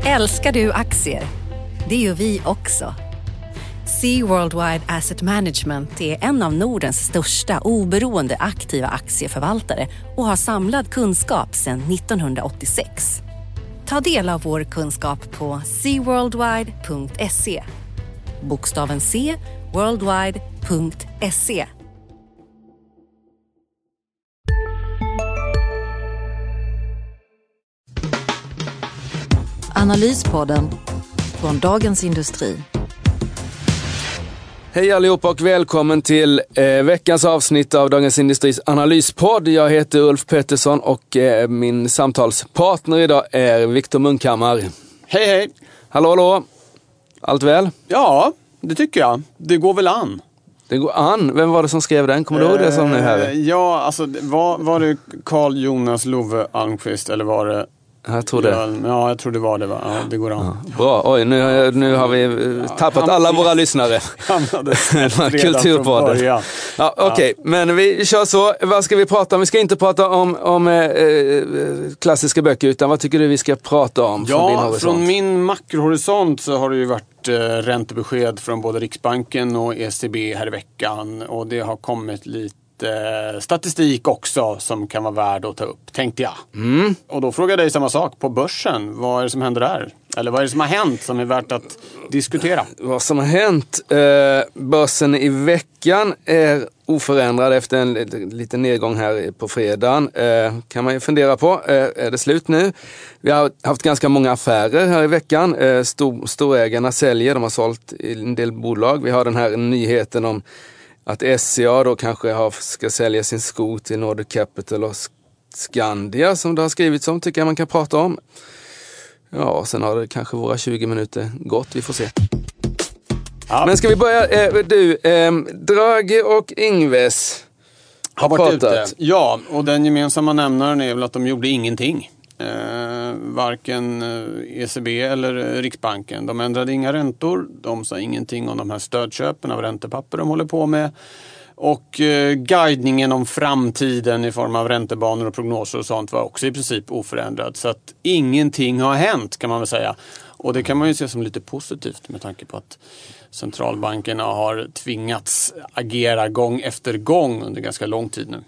Älskar du aktier? Det gör vi också. Sea Worldwide Asset Management är en av Nordens största oberoende aktiva aktieförvaltare och har samlad kunskap sedan 1986. Ta del av vår kunskap på seaworldwide.se. Bokstaven C, worldwide.se. Analyspodden från Dagens Industri. Hej allihopa och välkommen till veckans avsnitt av Dagens Industris analyspodd. Jag heter Ulf Pettersson och min samtalspartner idag är Viktor Munkhammar. Hej hej! Hallå! Allt väl? Ja, det tycker jag. Det går väl an. Det går an? Vem var det som skrev den? Kommer du ihåg det som nu här? Ja, alltså var det Carl Jonas Love Almqvist eller var det... Jag tror det. Ja, jag tror det var det, va? Ja, det går an. Ja, bra. Oj, nu har vi tappat alla våra lyssnare. Kulturpodden. Ja, okej. Men vi kör så. Vad ska vi prata om? Vi ska inte prata om klassiska böcker, utan vad tycker du vi ska prata om? Från min makrohorisont så har det ju varit räntebesked från både Riksbanken och ECB här i veckan. Och det har kommit lite statistik också som kan vara värd att ta upp, tänkte jag. Och då frågar jag dig samma sak på börsen. Vad är det som händer där? Eller vad är det som har hänt som är värt att diskutera? Vad som har hänt? Börsen i veckan är oförändrad efter en liten nedgång här på fredagen. Kan man ju fundera på. Är det slut nu? Vi har haft ganska många affärer här i veckan. Storägarna säljer, de har sålt en del bolag. Vi har den här nyheten om att SCA då kanske ska sälja sin skog till Nordic Capital och Skandia som det har skrivits om, tycker jag man kan prata om. Ja, sen har det kanske våra 20 minuter gått, vi får se. Ja. Men ska vi börja, Draghi och Ingves har varit ute. Ja, och den gemensamma nämnaren är väl att de gjorde ingenting. Varken ECB eller Riksbanken. De ändrade inga räntor. De sa ingenting om de här stödköpen av räntepapper de håller på med. Och guidningen om framtiden i form av räntebanor och prognoser och sånt var också i princip oförändrad. Så att ingenting har hänt, kan man väl säga. Och det kan man ju se som lite positivt med tanke på att centralbankerna har tvingats agera gång efter gång under ganska lång tid nu.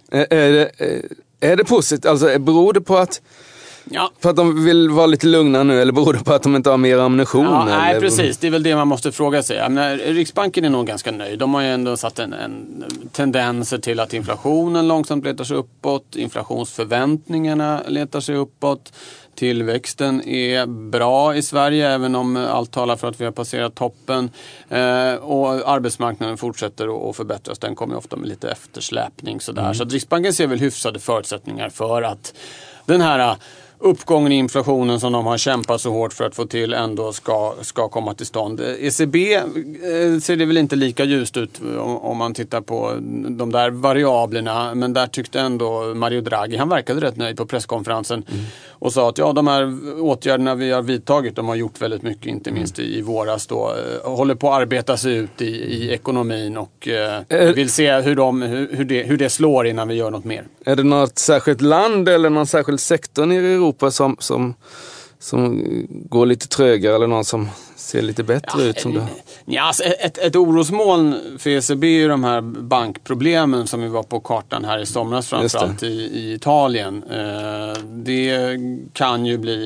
Är det positivt? Alltså beror det på att för att de vill vara lite lugna nu, eller beror det på att de inte har mer ammunition? Ja, eller? Nej, precis. Det är väl det man måste fråga sig. Riksbanken är nog ganska nöjd. De har ju ändå satt en tendenser till att inflationen långsamt letar sig uppåt. Inflationsförväntningarna letar sig uppåt. Tillväxten är bra i Sverige, även om allt talar för att vi har passerat toppen. Och arbetsmarknaden fortsätter att förbättras. Den kommer ofta med lite eftersläpning. Så att Riksbanken ser väl hyfsade förutsättningar för att den här uppgången i inflationen som de har kämpat så hårt för att få till ändå ska komma till stånd. ECB ser det väl inte lika ljust ut om man tittar på de där variablerna, men där tyckte ändå Mario Draghi, han verkade rätt nöjd på presskonferensen och sa att de här åtgärderna vi har vidtagit, de har gjort väldigt mycket, inte minst i våras då, håller på att arbeta sig ut i ekonomin och vill se hur det slår innan vi gör något mer. Är det något särskilt land eller någon särskild sektor i Europa som går lite trögare eller någon som ser lite bättre ut? Alltså ett orosmoln för ECB är ju de här bankproblemen som vi var på kartan här i somras, framförallt i Italien. Det kan ju bli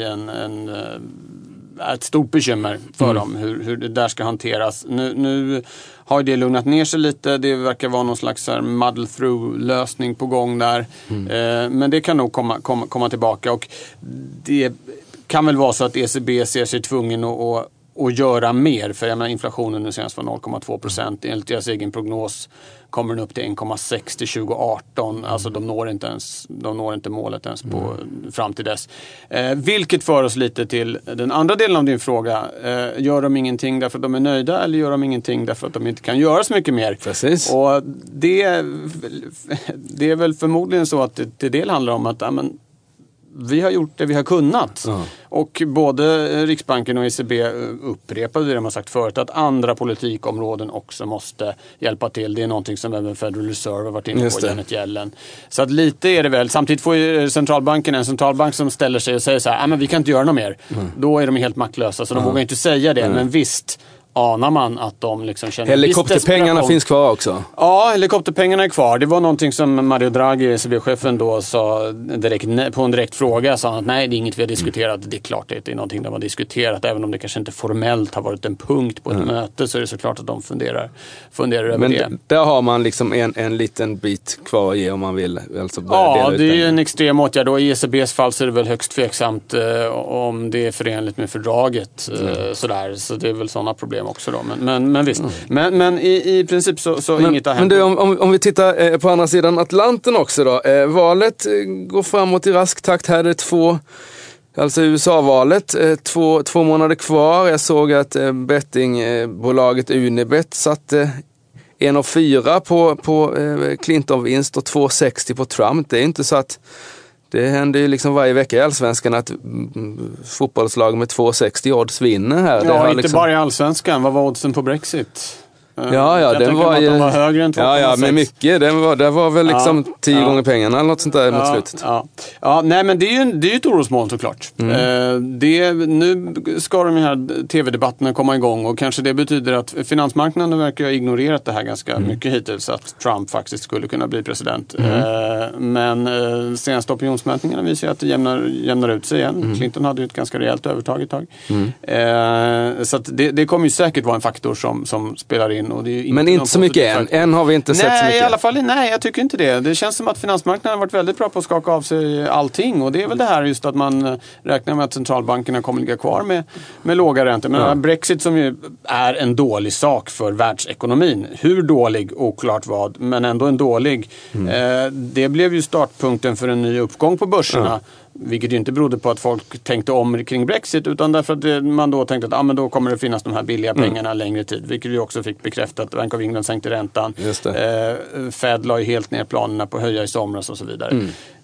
ett stort bekymmer för dem hur det där ska hanteras. Nu har det lugnat ner sig lite. Det verkar vara någon slags muddle-through-lösning på gång där. Men det kan nog komma tillbaka. Och det kan väl vara så att ECB ser sig tvungen att göra mer. För jag menar, inflationen nu senast var 0,2%. Enligt deras egen prognos kommer den upp till 1,6 till 2018. Alltså de når inte målet ens fram till dess. Vilket för oss lite till den andra delen av din fråga. Gör de ingenting därför att de är nöjda, eller gör de ingenting därför att de inte kan göra så mycket mer? Precis. Och det är väl förmodligen så att det del handlar om att vi har gjort det vi har kunnat. Och både Riksbanken och ECB upprepade det de har sagt förut, att andra politikområden också måste hjälpa till. Det är någonting som även Federal Reserve har varit inne på, Janet Yellen. Så att lite är det väl. Samtidigt får ju centralbanken en centralbank som ställer sig och säger så här, men vi kan inte göra något mer. Då är de helt maktlösa, så de vågar inte säga det. Men visst anar man att de liksom känner... Helikopterpengarna finns kvar också. Ja, helikopterpengarna är kvar. Det var någonting som Mario Draghi, ECB-chefen, då sa på en direkt fråga. Sa att nej, det är inget vi har diskuterat. Det är klart det är någonting de har diskuterat. Även om det kanske inte formellt har varit en punkt på ett möte, så är det såklart att de funderar över men det. Där har man liksom en liten bit kvar att ge om man vill. Alltså det är ju en extrem åtgärd. Och i ECBs fall så är det väl högst tveksamt om det är förenligt med fördraget. Sådär. Så det är väl sådana problem också då. Men visst. Men i princip så inget har hänt. Men du, om vi tittar på andra sidan Atlanten också då. Valet går framåt i rask takt. Här är det alltså USA-valet. 2 månader kvar. Jag såg att bettingbolaget Unibet satte 1,4 på Clinton-vinst och 2,60 på Trump. Det är inte så att det händer ju liksom varje vecka i Allsvenskan att fotbollslag med 2,60 odds vinner här. Ja, det inte liksom... bara i Allsvenskan. Vad var oddsen på Brexit? Ja, den var ju... De var högre än 2,6. Ja, men mycket. Det var väl liksom 10 gånger pengarna eller något sånt där mot slutet. Ja, nej, men det är ju ett orosmoln såklart. Nu ska de här tv-debatterna komma igång, och kanske det betyder att finansmarknaden verkar ha ignorerat det här ganska mycket hittills, att Trump faktiskt skulle kunna bli president. Men senaste opinionsmätningarna visar att det jämnar ut sig igen. Clinton hade ju ett ganska rejält övertag ett tag. Så att det kommer ju säkert vara en faktor som spelar in. Och det är inte men inte så mycket än har vi inte sett så mycket. Nej, i alla fall nej, jag tycker inte det. Det känns som att finansmarknaden har varit väldigt bra på att skaka av sig allting, och det är väl det här just att man räknar med att centralbankerna kommer ligga kvar med låga räntor. Men Brexit, som ju är en dålig sak för världsekonomin, hur dålig, oklart vad, men ändå en dålig. Det blev ju startpunkten för en ny uppgång på börserna. Vilket ju inte berodde på att folk tänkte om kring Brexit, utan därför att man då tänkte att men då kommer det finnas de här billiga pengarna längre tid. Vilket vi också fick bekräftat. Bank of England sänkte räntan. Fed la ju helt ner planerna på att höja i somras och så vidare.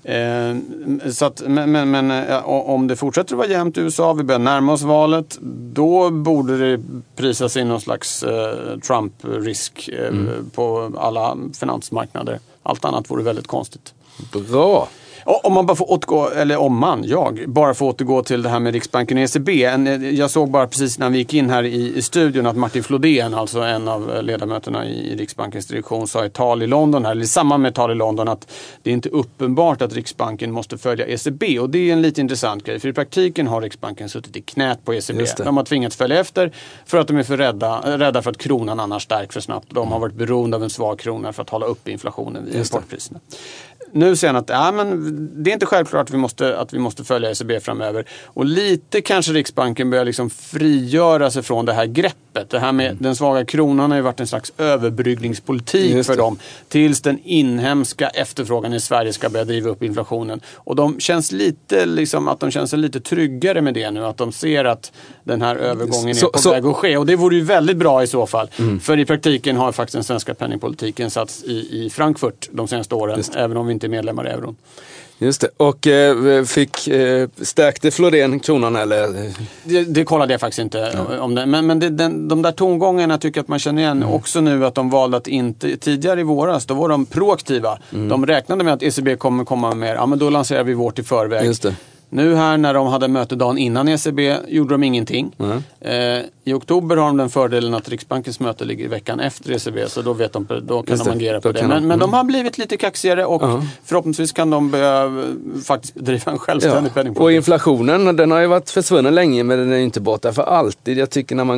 Så att, men om det fortsätter att vara jämnt i USA, vi börjar närma oss valet, då borde det prisas in någon slags Trump-risk på alla finansmarknader. Allt annat vore väldigt konstigt. Bra! Om man bara får återgå till det här med Riksbanken och ECB. Jag såg bara precis när vi gick in här i studion att Martin Flodén, alltså en av ledamöterna i Riksbankens direktion, sa i tal i London, eller i samband med tal i London, att det är inte uppenbart att Riksbanken måste följa ECB. Och det är en lite intressant grej, för i praktiken har Riksbanken suttit i knät på ECB. De har tvingats följa efter för att de är för rädda för att kronan annars stärker för snabbt. De har varit beroende av en svag krona för att hålla upp inflationen vid importpriserna. Nu säger han att men det är inte självklart att vi måste följa ECB framöver. Och lite kanske Riksbanken börjar liksom frigöra sig från det här greppet. Det här med den svaga kronan har ju varit en slags överbryggningspolitik för dem. Tills den inhemska efterfrågan i Sverige ska börja driva upp inflationen. Och de känns lite liksom att de känns lite tryggare med det nu. Att de ser att den här övergången är på väg att ske. Och det vore ju väldigt bra i så fall. För i praktiken har faktiskt den svenska penningpolitiken satts i Frankfurt de senaste åren. Även om vi inte är medlemmar i euron. Just det. Och stärkte Flodén kronan eller? Det kollade jag faktiskt inte om det. Men de där tongångarna tycker jag att man känner igen. Också nu att de valde att inte, tidigare i våras, då var de proaktiva. De räknade med att ECB kommer komma med mer. Ja, men då lanserar vi vårt i förväg. Just det. Nu här när de hade möte dagen innan ECB gjorde de ingenting. I oktober har de den fördelen att Riksbankens möte ligger i veckan efter ECB, så då vet de, då kan de agera på det. Men de har blivit lite kaxigare och förhoppningsvis kan de börja faktiskt bedriva en självständig penningpolitik. Och inflationen, den har ju varit försvunnen länge, men den är inte borta för alltid. Jag tycker när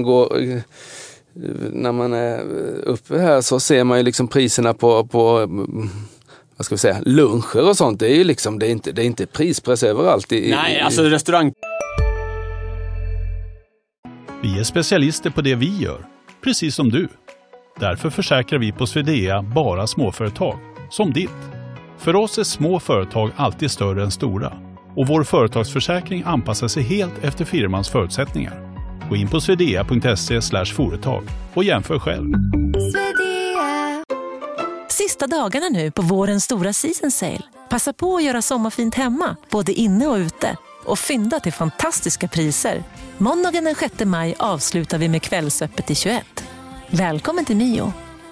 man är uppe här så ser man ju liksom priserna på vad ska vi säga, luncher och sånt, det är ju liksom, det är inte prispress överallt. Nej, alltså restaurang. Vi är specialister på det vi gör, precis som du. Därför försäkrar vi på Swedea bara småföretag, som ditt. För oss är små företag alltid större än stora. Och vår företagsförsäkring anpassar sig helt efter firmans förutsättningar. Gå in på swedea.se/företag och jämför själv. Sista dagarna nu på vårens stora season sale. Passa på att göra sommarfint hemma, både inne och ute. Och fynda till fantastiska priser. Måndagen den 6 maj avslutar vi med Kvällsöppet i 21. Välkommen till Mio.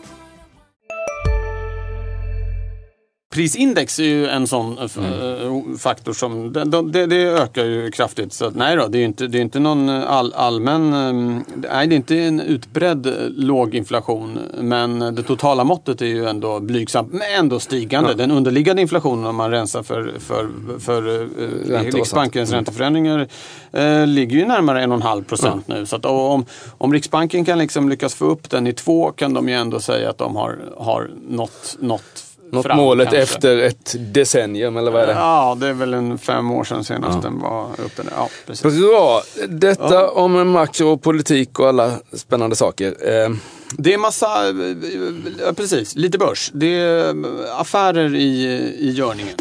Prisindex är ju en sån faktor som det ökar ju kraftigt. Så nej då, det är inte någon allmän, nej, det är inte en utbredd låg inflation, men det totala måttet är ju ändå blygsamt, men ändå stigande. Ja. Den underliggande inflationen, om man rensar för Riksbankens ränteförändringar, ligger ju närmare 1,5% nu. Så att om Riksbanken kan liksom lyckas få upp den i 2, kan de ju ändå säga att de har nått något målet kanske efter ett decennium, eller vad är det? Ja, det är väl 5 år sedan senast den var uppe. Ja, precis. Bra. Detta om makropolitik och alla spännande saker. Det är massa, precis, lite börs. Det är affärer i görningen.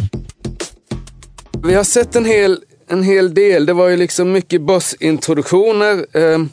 Vi har sett en hel del. Det var ju liksom mycket börsintroduktioner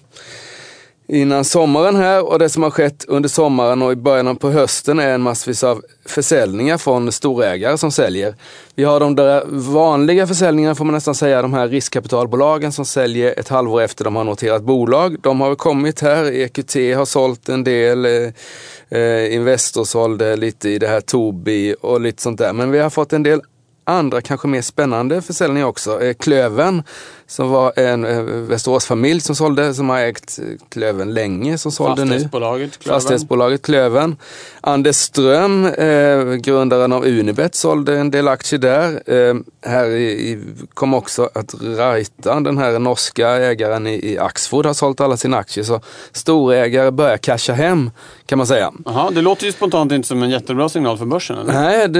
innan sommaren här, och det som har skett under sommaren och i början på hösten är en massvis av försäljningar från storägare som säljer. Vi har de där vanliga försäljningarna, får man nästan säga, de här riskkapitalbolagen som säljer ett halvår efter de har noterat bolag. De har kommit här, EQT har sålt en del, Investor sålde lite i det här Tobii och lite sånt där. Men vi har fått en del andra, kanske mer spännande försäljningar också. Klöven, som var en Västeråsfamilj som sålde, som har ägt Klöven länge, som sålde nu. Fastighetsbolaget Klöven. Anders Ström, grundaren av Unibet, sålde en del aktier där. Här kom också att Raitan, den här norska ägaren i Axfood, har sålt alla sina aktier. Så storägare börjar casha hem, kan man säga. Aha, det låter ju spontant inte som en jättebra signal för börsen, eller? Nej,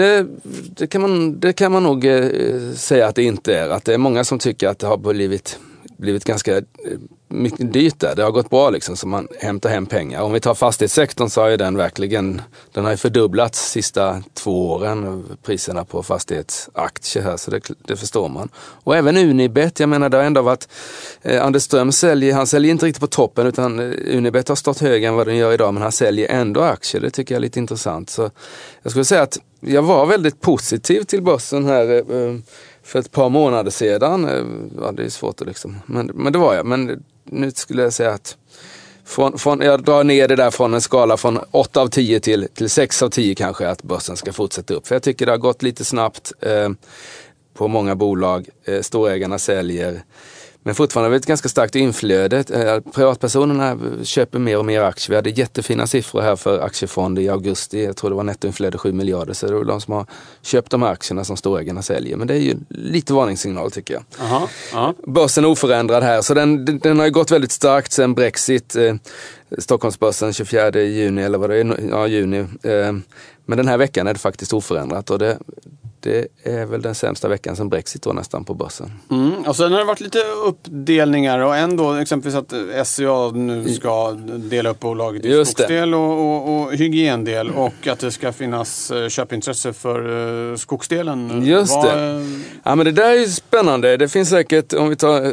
det kan man nog säga att det inte är. Att det är många som tycker att det har blivit ganska mycket dyrt där. Det har gått bra liksom, så man hämtar hem pengar. Om vi tar fastighetssektorn, så har ju den har ju fördubblats sista 2 åren, priserna på fastighetsaktier här, så det förstår man. Och även Unibet, jag menar, det har ändå varit Anders Ström han säljer inte riktigt på toppen, utan Unibet har stått högre än vad den gör idag, men han säljer ändå aktier. Det tycker jag är lite intressant. Så jag skulle säga att jag var väldigt positiv till börsen här för ett par månader sedan. Ja, det är svårt att liksom, men det var jag. Men nu skulle jag säga att jag drar ner det där från en skala från 8 av 10 till 6 av 10 kanske, att börsen ska fortsätta upp. För jag tycker det har gått lite snabbt på många bolag. Storägarna säljer. Men fortfarande är det ett ganska starkt inflöde. Privatpersonerna köper mer och mer aktier. Vi hade jättefina siffror här för aktiefond i augusti. Jag tror det var nettoinflöde 7 miljarder. Så det är de som har köpt de här aktierna som storägarna säljer. Men det är ju lite varningssignal, tycker jag. Aha. Börsen är oförändrad här. Så den har ju gått väldigt starkt sedan Brexit. Stockholmsbörsen 24 juni, eller vad det är, ja, juni. Men den här veckan är det faktiskt oförändrat, och det är väl den sämsta veckan sedan Brexit då nästan på börsen. Och sen har det varit lite uppdelningar, och ändå exempelvis att SCA nu ska dela upp bolaget i skogsdel och hygiendel, och att det ska finnas köpintresse för skogsdelen. Just det. Ja, men det där är ju spännande. Det finns säkert, om vi tar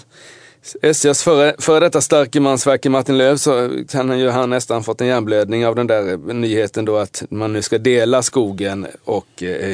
SCAs före detta starke mansverk Martin Löv, så kan han nästan fått en hjärnblödning av den där nyheten då, att man nu ska dela skogen och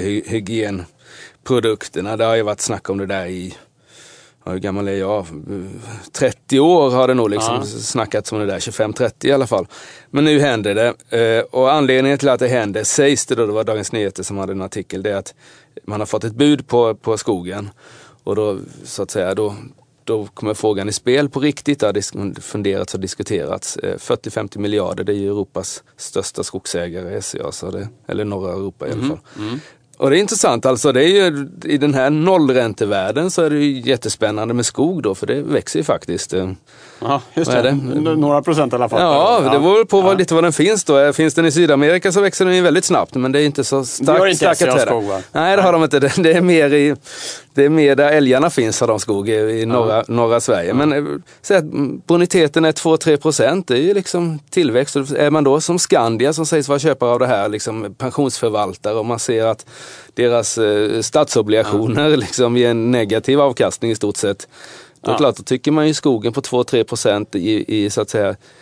hygienprodukterna. Det har ju varit snack om det där i, hur gammal är jag? 30 år har det nog liksom snackats om det där, 25-30 i alla fall. Men nu händer det, och anledningen till att det händer, sägs det var Dagens Nyheter som hade en artikel, det är att man har fått ett bud på skogen, och då så att säga då kommer frågan i spel på riktigt. Det har funderats och diskuterats. 40-50 miljarder, det är ju Europas största skogsägare, SCA, eller norra Europa i alla fall. Och det är intressant, alltså det är ju, i den här nollräntevärlden så är det ju jättespännande med skog då, för det växer ju faktiskt. Ja, just det. Några procent i alla fall. Ja, det beror på lite vad den finns då. Finns den i Sydamerika så växer den ju väldigt snabbt, men det är inte så starka träd. Nej, det har de inte. Det är mer där älgarna finns, har de skog i norra Sverige. Men så att boniteten är 2-3%, det är ju liksom tillväxt. Är man då som Skandia, som sägs vara köpare av det här, liksom pensionsförvaltare, och man ser att deras statsobligationer liksom ger en negativ avkastning i stort sett, då är klart, då tycker man ju skogen på 2-3% i så att säga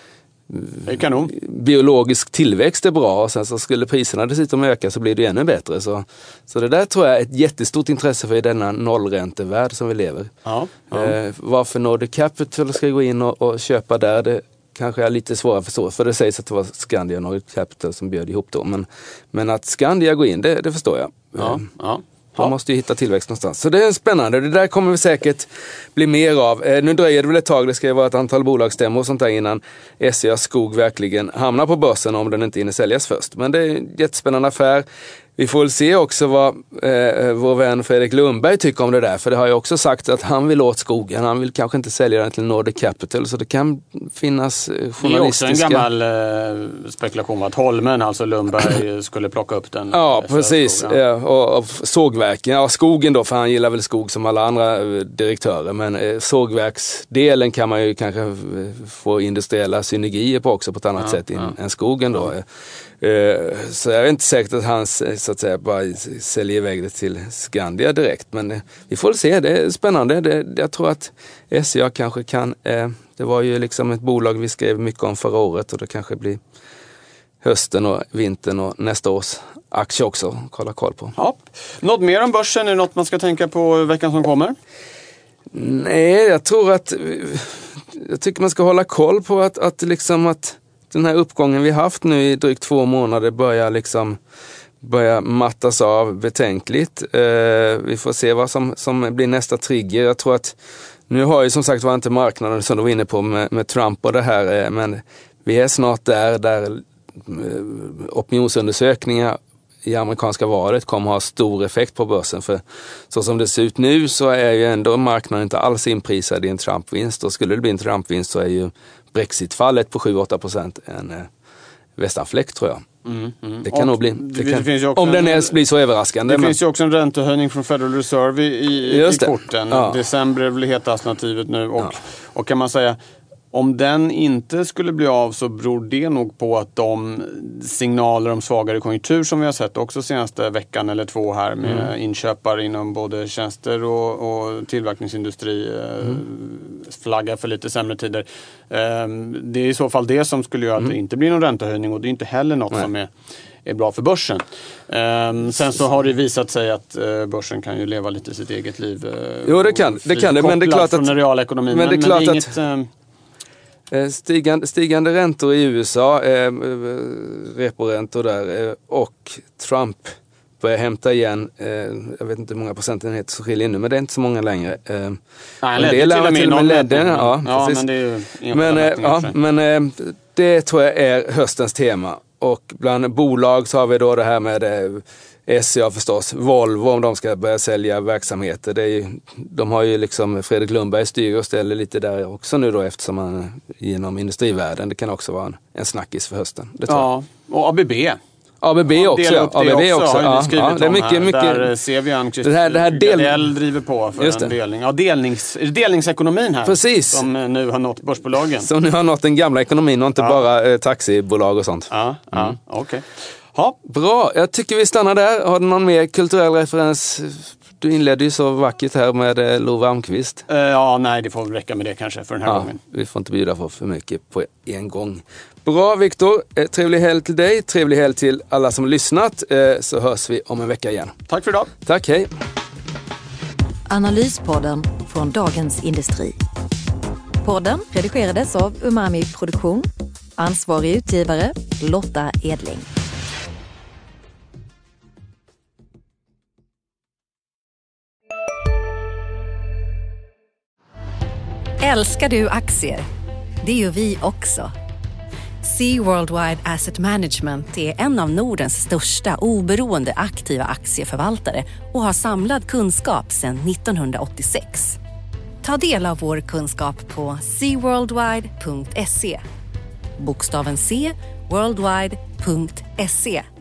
Det är kanon. Biologisk tillväxt är bra och sen så skulle priserna dessutom öka så blir det ännu bättre. Så det där tror jag är ett jättestort intresse för i denna nollräntevärld som vi lever. Ja. Varför Nordic Capital ska gå in och köpa där, det kanske är lite svårare att förstå. För det sägs att det var Skandia och Nordic Capital som bjöd ihop då. Men att Skandia går in, det förstår jag. Man måste ju hitta tillväxt någonstans. Så det är spännande. Det där kommer vi säkert bli mer av. Nu dröjer det väl ett tag. Det ska ju vara ett antal bolagsstämmor och sånt där innan SCA Skog verkligen hamnar på börsen om den inte hinner säljas först. Men det är en jättespännande affär. Vi får väl se också vad vår vän Fredrik Lundberg tycker om det där. För det har ju också sagt att han vill åt skogen. Han vill kanske inte sälja den till Nordic Capital. Så det kan finnas journalistiska... Det är också en gammal spekulation att Holmen, alltså Lundberg, skulle plocka upp den. Ja, precis. Och sågverken. Ja, skogen då, för han gillar väl skog som alla andra direktörer. Men sågverksdelen kan man ju kanske få industriella synergier på också på ett annat sätt än skogen då. Så jag är inte säkert att han så att säga bara säljer iväg det till Skandia direkt, men vi får se, det är spännande. Jag tror att SCA kanske kan, det var ju liksom ett bolag vi skrev mycket om förra året och det kanske blir hösten och vintern och nästa års aktie också, koll på. Ja. Något mer om börsen? Är det något man ska tänka på veckan som kommer? Nej, jag tycker man ska hålla koll på att den här uppgången vi haft nu i drygt 2 månader börjar mattas av betänkligt. Vi får se vad som blir nästa trigger. Jag tror att nu har ju som sagt var inte marknaden som du var inne på med Trump och det här, men vi är snart där opinionsundersökningar i amerikanska valet kommer ha stor effekt på börsen. För så som det ser ut nu så är ju ändå marknaden inte alls inprisad i en Trump-vinst. Och skulle det bli en Trump-vinst så är ju Brexit-fallet på 7-8% en västanfläck, tror jag. Det kan nog bli. Om den blir så överraskande. Det finns ju också en räntehöjning från Federal Reserve i korten. Ja. December är väl heta alternativet nu. Och kan man säga, om den inte skulle bli av så beror det nog på att de signaler om svagare konjunktur som vi har sett också senaste veckan eller 2 här med inköpare inom både tjänster och tillverkningsindustri flaggar för lite sämre tider. Det är i så fall det som skulle göra att det inte blir någon räntehöjning, och det är inte heller något som är bra för börsen. Sen så har det visat sig att börsen kan ju leva lite sitt eget liv. Jo, det kan det, men det är klart att från den reala ekonomin. Men det är klart att stigande räntor i USA, reporäntor där, och Trump börjar hämta igen, jag vet inte hur många procentenheter som skiljer nu, men det är inte så många längre. Nej, det är till och med ledden. Ja, men det är ju men det tror jag är höstens tema. Och bland bolag så har vi då det här med SCA förstås, Volvo, om de ska börja sälja verksamheter. De har ju liksom Fredrik Lundberg styr och ställer lite där också nu då, eftersom han genom industrivärlden, det kan också vara en snackis för hösten. Ja, och ABB också. ABB också. Ja, det är mycket där ser vi Gardell driver på för en delning. Ja, delningsekonomin här. Precis. Som nu har nått börsbolagen. Som nu har nått den gamla ekonomin och inte bara taxibolag och sånt. Okej. Bra, jag tycker vi stannar där. Har du någon mer kulturell referens? Du inledde ju så vackert här med Love Almqvist. Nej, det får väl räcka med det kanske för den här gången. Vi får inte bjuda på för mycket på en gång. Bra, Viktor. Trevlig helg till dig. Trevlig helg till alla som lyssnat. Så hörs vi om en vecka igen. Tack för idag. Tack, hej. Analyspodden från Dagens Industri. Podden redigerades av Umami Produktion. Ansvarig utgivare Lotta Edling. Älskar du aktier? Det gör vi också. Sea Worldwide Asset Management är en av Nordens största oberoende aktiva aktieförvaltare och har samlad kunskap sedan 1986. Ta del av vår kunskap på seaworldwide.se. Bokstaven C, worldwide.se.